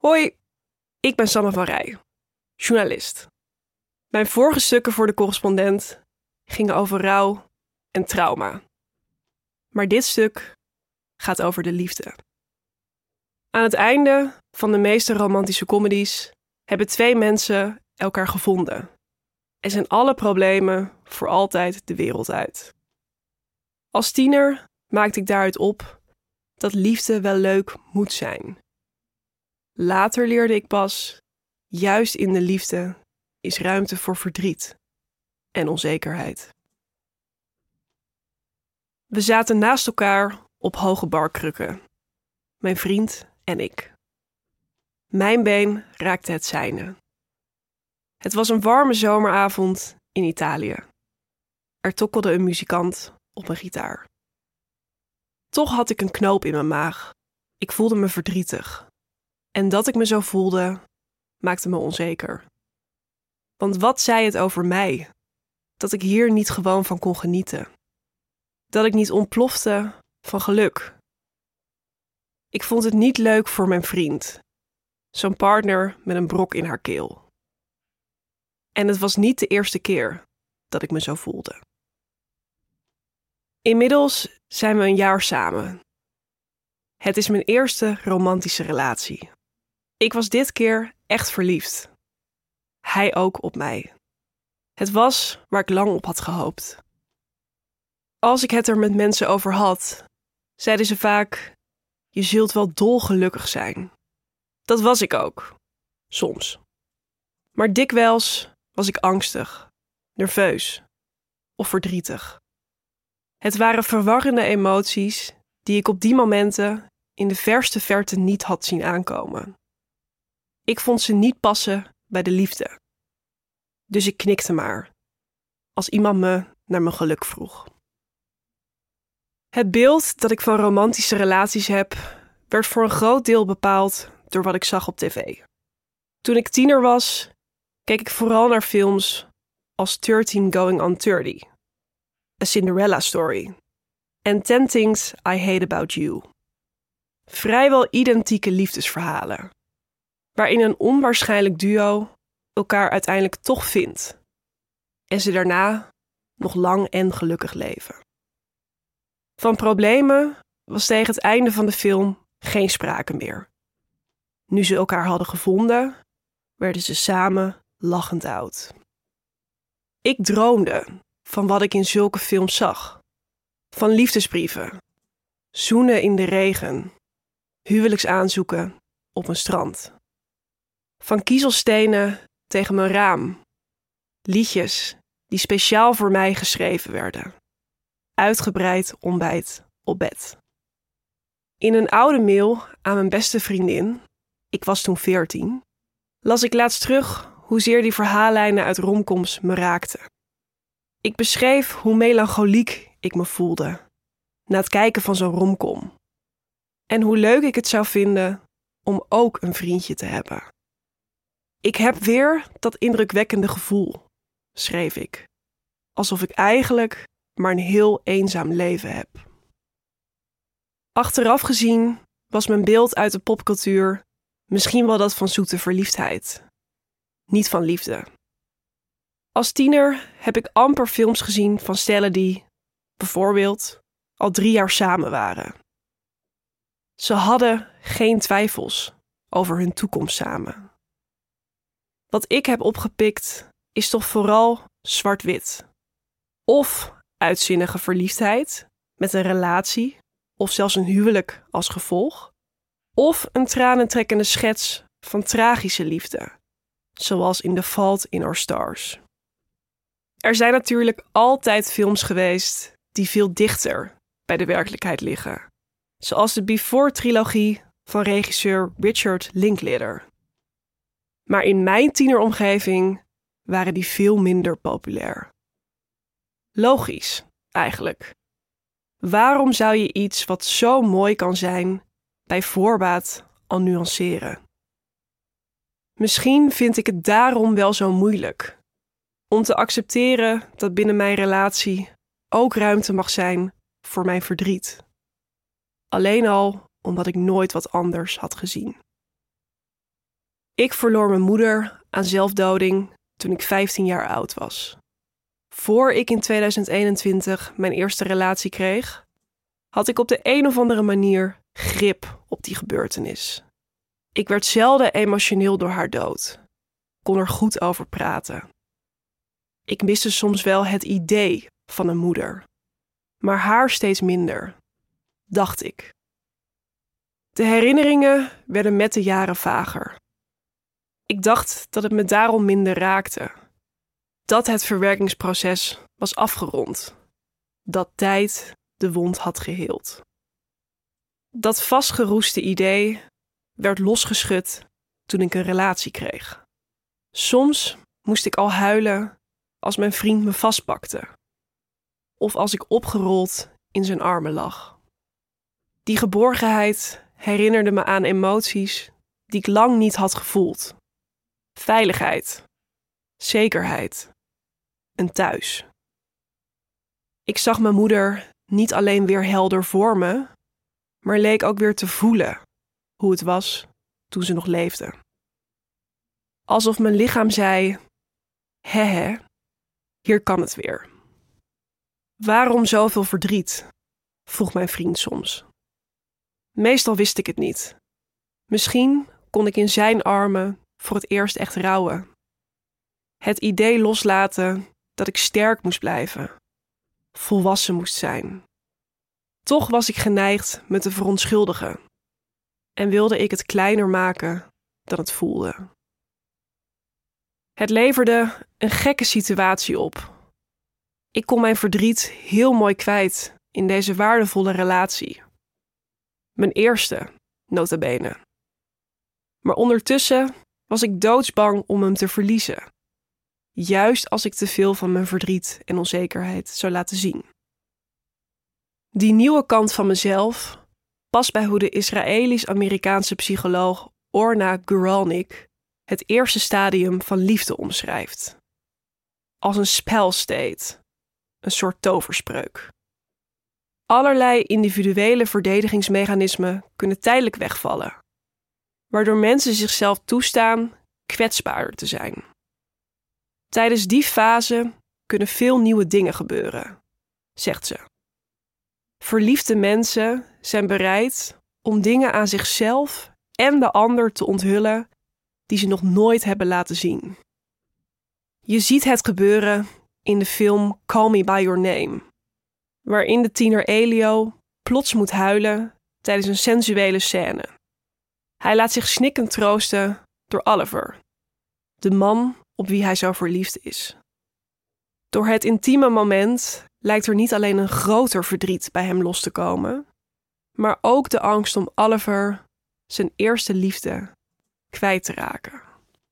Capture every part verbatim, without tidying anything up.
Hoi, ik ben Sanne van Rij, journalist. Mijn vorige stukken voor de Correspondent gingen over rouw en trauma. Maar dit stuk gaat over de liefde. Aan het einde van de meeste romantische comedies hebben twee mensen elkaar gevonden en zijn alle problemen voor altijd de wereld uit. Als tiener maakte ik daaruit op dat liefde wel leuk moet zijn. Later leerde ik pas, juist in de liefde is ruimte voor verdriet en onzekerheid. We zaten naast elkaar op hoge barkrukken, mijn vriend en ik. Mijn been raakte het zijne. Het was een warme zomeravond in Italië. Er tokkelde een muzikant op een gitaar. Toch had ik een knoop in mijn maag. Ik voelde me verdrietig. En dat ik me zo voelde, maakte me onzeker. Want wat zei het over mij? Dat ik hier niet gewoon van kon genieten. Dat ik niet ontplofte van geluk. Ik vond het niet leuk voor mijn vriend. Zo'n partner met een brok in haar keel. En het was niet de eerste keer dat ik me zo voelde. Inmiddels zijn we een jaar samen. Het is mijn eerste romantische relatie. Ik was dit keer echt verliefd. Hij ook op mij. Het was waar ik lang op had gehoopt. Als ik het er met mensen over had, zeiden ze vaak: je zult wel dolgelukkig zijn. Dat was ik ook. Soms. Maar dikwijls was ik angstig, nerveus of verdrietig. Het waren verwarrende emoties die ik op die momenten in de verste verte niet had zien aankomen. Ik vond ze niet passen bij de liefde. Dus ik knikte maar, als iemand me naar mijn geluk vroeg. Het beeld dat ik van romantische relaties heb, werd voor een groot deel bepaald door wat ik zag op tv. Toen ik tiener was, keek ik vooral naar films als thirteen Going on thirty, A Cinderella Story en ten Things I Hate About You. Vrijwel identieke liefdesverhalen, waarin een onwaarschijnlijk duo elkaar uiteindelijk toch vindt en ze daarna nog lang en gelukkig leven. Van problemen was tegen het einde van de film geen sprake meer. Nu ze elkaar hadden gevonden, werden ze samen lachend oud. Ik droomde van wat ik in zulke films zag. Van liefdesbrieven, zoenen in de regen, huwelijksaanzoeken op een strand. Van kiezelstenen tegen mijn raam, liedjes die speciaal voor mij geschreven werden. Uitgebreid ontbijt op bed. In een oude mail aan mijn beste vriendin, ik was toen veertien, las ik laatst terug hoezeer die verhaallijnen uit romcoms me raakten. Ik beschreef hoe melancholiek ik me voelde na het kijken van zo'n romcom. En hoe leuk ik het zou vinden om ook een vriendje te hebben. Ik heb weer dat indrukwekkende gevoel, schreef ik. Alsof ik eigenlijk maar een heel eenzaam leven heb. Achteraf gezien was mijn beeld uit de popcultuur misschien wel dat van zoete verliefdheid. Niet van liefde. Als tiener heb ik amper films gezien van stellen die, bijvoorbeeld, al drie jaar samen waren. Ze hadden geen twijfels over hun toekomst samen. Wat ik heb opgepikt is toch vooral zwart-wit. Of uitzinnige verliefdheid met een relatie of zelfs een huwelijk als gevolg. Of een tranentrekkende schets van tragische liefde, zoals in The Fault in Our Stars. Er zijn natuurlijk altijd films geweest die veel dichter bij de werkelijkheid liggen. Zoals de Before-trilogie van regisseur Richard Linklater. Maar in mijn tieneromgeving waren die veel minder populair. Logisch, eigenlijk. Waarom zou je iets wat zo mooi kan zijn, bij voorbaat al nuanceren? Misschien vind ik het daarom wel zo moeilijk om te accepteren dat binnen mijn relatie ook ruimte mag zijn voor mijn verdriet. Alleen al omdat ik nooit wat anders had gezien. Ik verloor mijn moeder aan zelfdoding toen ik vijftien jaar oud was. Voor ik in tweeduizend eenentwintig mijn eerste relatie kreeg, had ik op de een of andere manier grip op die gebeurtenis. Ik werd zelden emotioneel door haar dood. Kon er goed over praten. Ik miste soms wel het idee van een moeder, maar haar steeds minder, dacht ik. De herinneringen werden met de jaren vager. Ik dacht dat het me daarom minder raakte. Dat het verwerkingsproces was afgerond. Dat tijd de wond had geheeld. Dat vastgeroeste idee werd losgeschud toen ik een relatie kreeg. Soms moest ik al huilen als mijn vriend me vastpakte. Of als ik opgerold in zijn armen lag. Die geborgenheid herinnerde me aan emoties die ik lang niet had gevoeld. Veiligheid, zekerheid, een thuis. Ik zag mijn moeder niet alleen weer helder voor me, maar leek ook weer te voelen hoe het was toen ze nog leefde. Alsof mijn lichaam zei, hè hè, hier kan het weer. Waarom zoveel verdriet? Vroeg mijn vriend soms. Meestal wist ik het niet. Misschien kon ik in zijn armen voor het eerst echt rouwen. Het idee loslaten dat ik sterk moest blijven, volwassen moest zijn. Toch was ik geneigd me te verontschuldigen en wilde ik het kleiner maken dan het voelde. Het leverde een gekke situatie op. Ik kon mijn verdriet heel mooi kwijt in deze waardevolle relatie. Mijn eerste, nota bene. Maar ondertussen was ik doodsbang om hem te verliezen. Juist als ik te veel van mijn verdriet en onzekerheid zou laten zien. Die nieuwe kant van mezelf past bij hoe de Israëlisch-Amerikaanse psycholoog Orna Guralnick het eerste stadium van liefde omschrijft. Als een spellstate, een soort toverspreuk. Allerlei individuele verdedigingsmechanismen kunnen tijdelijk wegvallen, waardoor mensen zichzelf toestaan kwetsbaarder te zijn. Tijdens die fase kunnen veel nieuwe dingen gebeuren, zegt ze. Verliefde mensen zijn bereid om dingen aan zichzelf en de ander te onthullen die ze nog nooit hebben laten zien. Je ziet het gebeuren in de film Call Me By Your Name, waarin de tiener Elio plots moet huilen tijdens een sensuele scène. Hij laat zich snikkend troosten door Oliver, de man op wie hij zo verliefd is. Door het intieme moment lijkt er niet alleen een groter verdriet bij hem los te komen, maar ook de angst om Oliver, zijn eerste liefde, kwijt te raken.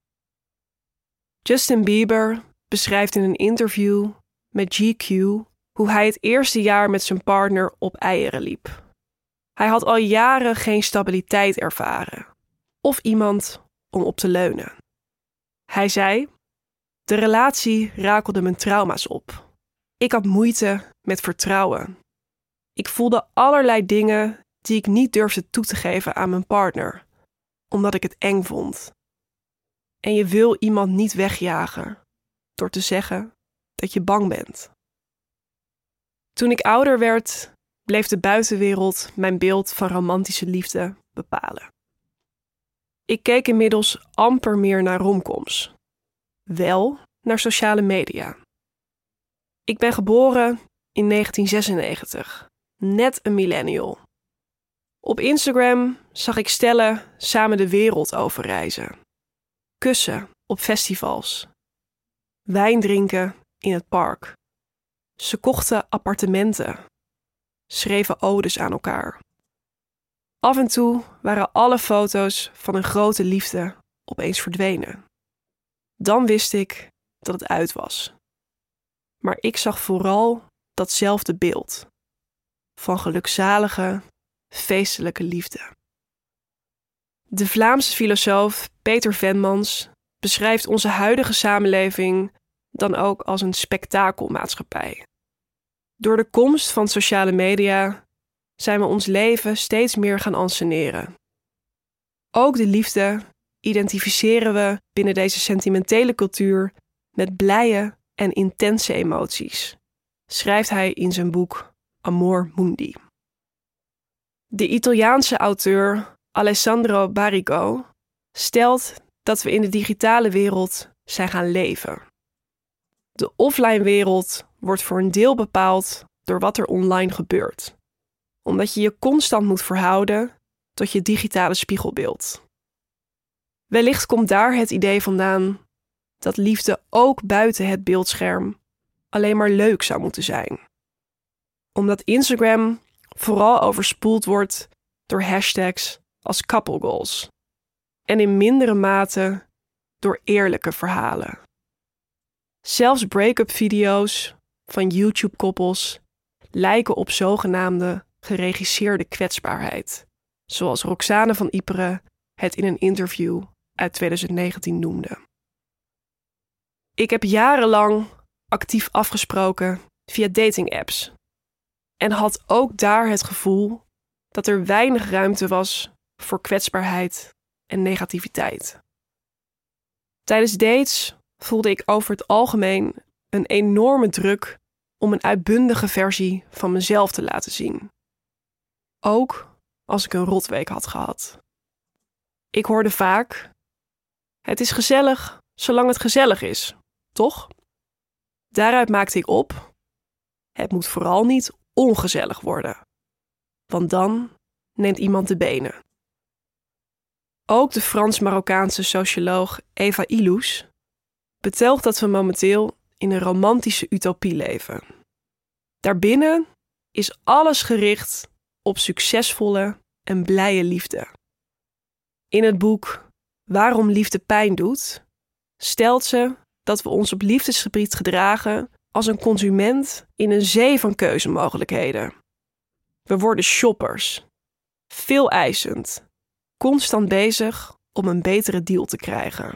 Justin Bieber beschrijft in een interview met G Q hoe hij het eerste jaar met zijn partner op eieren liep. Hij had al jaren geen stabiliteit ervaren of iemand om op te leunen. Hij zei: de relatie rakelde mijn trauma's op. Ik had moeite met vertrouwen. Ik voelde allerlei dingen die ik niet durfde toe te geven aan mijn partner, omdat ik het eng vond. En je wil iemand niet wegjagen door te zeggen dat je bang bent. Toen ik ouder werd, bleef de buitenwereld mijn beeld van romantische liefde bepalen. Ik keek inmiddels amper meer naar romcoms. Wel naar sociale media. Ik ben geboren in negentien zesennegentig, net een millennial. Op Instagram zag ik stellen samen de wereld overreizen. Kussen op festivals. Wijn drinken in het park. Ze kochten appartementen. Schreven odes aan elkaar. Af en toe waren alle foto's van een grote liefde opeens verdwenen. Dan wist ik dat het uit was. Maar ik zag vooral datzelfde beeld. Van gelukzalige, feestelijke liefde. De Vlaamse filosoof Peter Venmans beschrijft onze huidige samenleving dan ook als een spektakelmaatschappij. Door de komst van sociale media zijn we ons leven steeds meer gaan anseneren. Ook de liefde identificeren we binnen deze sentimentele cultuur met blije en intense emoties, schrijft hij in zijn boek Amor Mundi. De Italiaanse auteur Alessandro Barrico stelt dat we in de digitale wereld zijn gaan leven. De offline wereld wordt voor een deel bepaald door wat er online gebeurt, omdat je je constant moet verhouden tot je digitale spiegelbeeld. Wellicht komt daar het idee vandaan dat liefde ook buiten het beeldscherm alleen maar leuk zou moeten zijn. Omdat Instagram vooral overspoeld wordt door hashtags als couple goals en in mindere mate door eerlijke verhalen. Zelfs break-up video's van YouTube-koppels lijken op zogenaamde geregisseerde kwetsbaarheid, zoals Roxane van Iperen het in een interview uit twintig negentien noemde. Ik heb jarenlang actief afgesproken via dating-apps en had ook daar het gevoel dat er weinig ruimte was voor kwetsbaarheid en negativiteit. Tijdens dates voelde ik over het algemeen een enorme druk om een uitbundige versie van mezelf te laten zien. Ook als ik een rotweek had gehad. Ik hoorde vaak: het is gezellig zolang het gezellig is, toch? Daaruit maakte ik op: het moet vooral niet ongezellig worden, want dan neemt iemand de benen. Ook de Frans-Marokkaanse socioloog Eva Illouz betuigt dat we momenteel in een romantische utopie leven. Daarbinnen is alles gericht op succesvolle en blije liefde. In het boek Waarom liefde pijn doet, stelt ze dat we ons op liefdesgebied gedragen als een consument in een zee van keuzemogelijkheden. We worden shoppers, veel eisend, constant bezig om een betere deal te krijgen.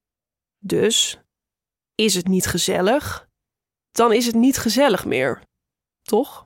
Dus, is het niet gezellig? Dan is het niet gezellig meer, toch?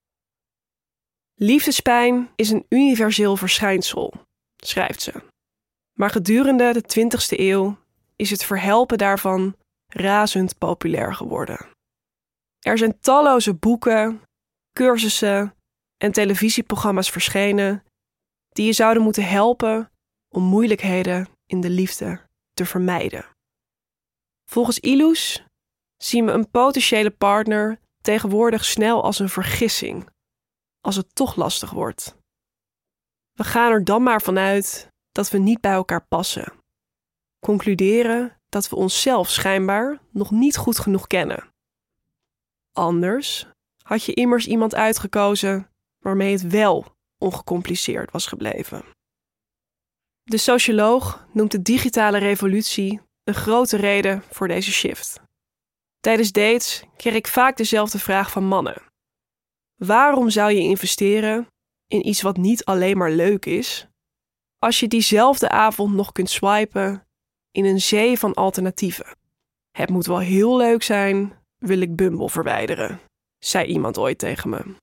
Liefdespijn is een universeel verschijnsel, schrijft ze. Maar gedurende de twintigste eeuw is het verhelpen daarvan razend populair geworden. Er zijn talloze boeken, cursussen en televisieprogramma's verschenen die je zouden moeten helpen om moeilijkheden in de liefde te vermijden. Volgens Illouz zien we een potentiële partner tegenwoordig snel als een vergissing, als het toch lastig wordt. We gaan er dan maar vanuit dat we niet bij elkaar passen. Concluderen dat we onszelf schijnbaar nog niet goed genoeg kennen. Anders had je immers iemand uitgekozen waarmee het wel ongecompliceerd was gebleven. De socioloog noemt de digitale revolutie een grote reden voor deze shift. Tijdens dates kreeg ik vaak dezelfde vraag van mannen. Waarom zou je investeren in iets wat niet alleen maar leuk is, als je diezelfde avond nog kunt swipen in een zee van alternatieven? Het moet wel heel leuk zijn, wil ik Bumble verwijderen, zei iemand ooit tegen me.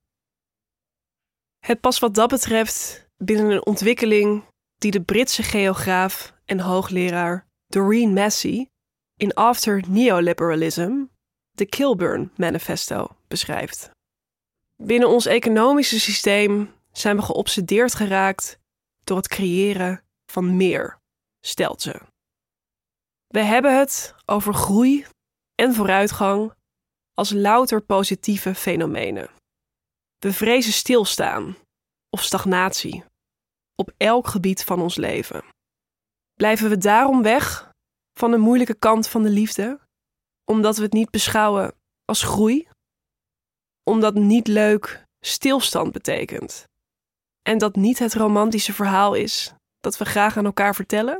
Het past wat dat betreft binnen een ontwikkeling die de Britse geograaf en hoogleraar Doreen Massey in After Neoliberalism, de Kilburn Manifesto, beschrijft. Binnen ons economische systeem zijn we geobsedeerd geraakt door het creëren van meer, stelt ze. We hebben het over groei en vooruitgang als louter positieve fenomenen. We vrezen stilstaan of stagnatie op elk gebied van ons leven. Blijven we daarom weg van de moeilijke kant van de liefde, omdat we het niet beschouwen als groei? Omdat niet leuk stilstand betekent en dat niet het romantische verhaal is dat we graag aan elkaar vertellen?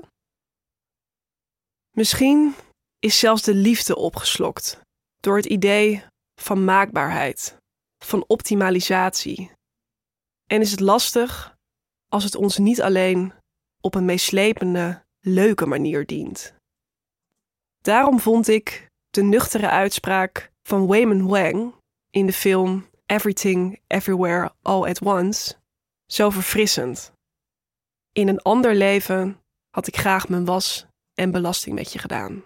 Misschien is zelfs de liefde opgeslokt door het idee van maakbaarheid, van optimalisatie. En is het lastig als het ons niet alleen op een meeslepende, leuke manier dient. Daarom vond ik de nuchtere uitspraak van Wayman Wang in de film Everything, Everywhere, All at Once zo verfrissend. In een ander leven had ik graag mijn was en belasting met je gedaan.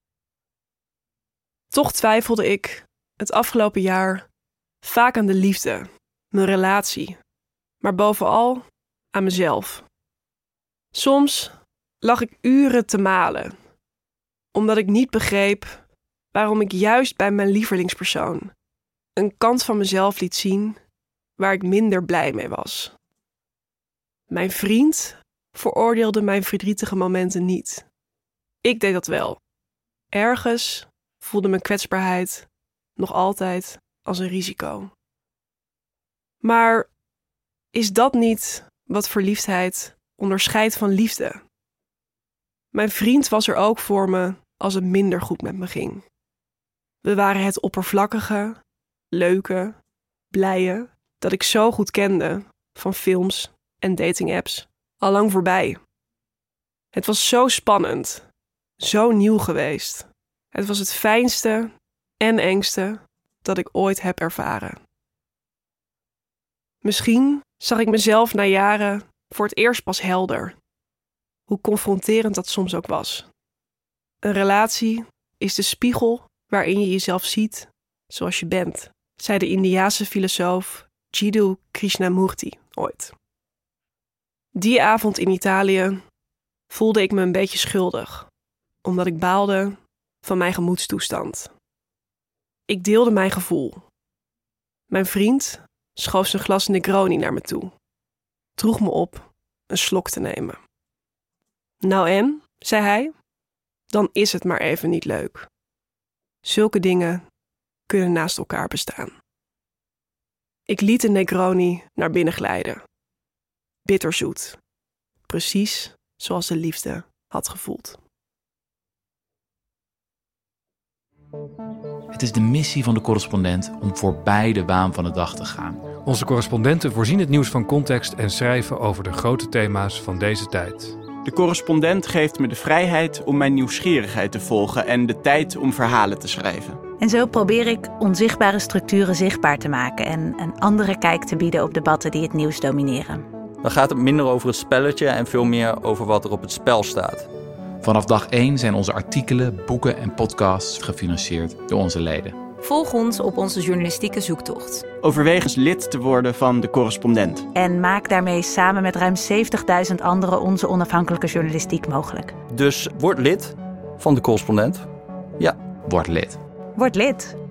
Toch twijfelde ik het afgelopen jaar vaak aan de liefde, mijn relatie, maar bovenal aan mezelf. Soms lag ik uren te malen, omdat ik niet begreep waarom ik juist bij mijn lievelingspersoon een kant van mezelf liet zien waar ik minder blij mee was. Mijn vriend veroordeelde mijn verdrietige momenten niet. Ik deed dat wel. Ergens voelde mijn kwetsbaarheid nog altijd als een risico. Maar is dat niet wat verliefdheid onderscheidt van liefde? Mijn vriend was er ook voor me als het minder goed met me ging. We waren het oppervlakkige, leuke, blije dat ik zo goed kende van films en datingapps al lang voorbij. Het was zo spannend, zo nieuw geweest. Het was het fijnste en engste dat ik ooit heb ervaren. Misschien zag ik mezelf na jaren voor het eerst pas helder. Hoe confronterend dat soms ook was. Een relatie is de spiegel waarin je jezelf ziet zoals je bent, zei de Indiase filosoof Jiddu Krishnamurti ooit. Die avond in Italië voelde ik me een beetje schuldig, omdat ik baalde van mijn gemoedstoestand. Ik deelde mijn gevoel. Mijn vriend schoof zijn glas Negroni naar me toe, droeg me op een slok te nemen. Nou en, zei hij, dan is het maar even niet leuk. Zulke dingen kunnen naast elkaar bestaan. Ik liet de Negroni naar binnen glijden. Bitterzoet. Precies zoals de liefde had gevoeld. Het is de missie van de correspondent om voorbij de waan van de dag te gaan. Onze correspondenten voorzien het nieuws van context en schrijven over de grote thema's van deze tijd. De correspondent geeft me de vrijheid om mijn nieuwsgierigheid te volgen en de tijd om verhalen te schrijven. En zo probeer ik onzichtbare structuren zichtbaar te maken en een andere kijk te bieden op debatten die het nieuws domineren. Dan gaat het minder over het spelletje en veel meer over wat er op het spel staat. Vanaf dag één zijn onze artikelen, boeken en podcasts gefinancierd door onze leden. Volg ons op onze journalistieke zoektocht. Overweeg eens lid te worden van de correspondent. En maak daarmee samen met ruim zeventigduizend anderen onze onafhankelijke journalistiek mogelijk. Dus word lid van de correspondent. Ja. Word lid. Word lid.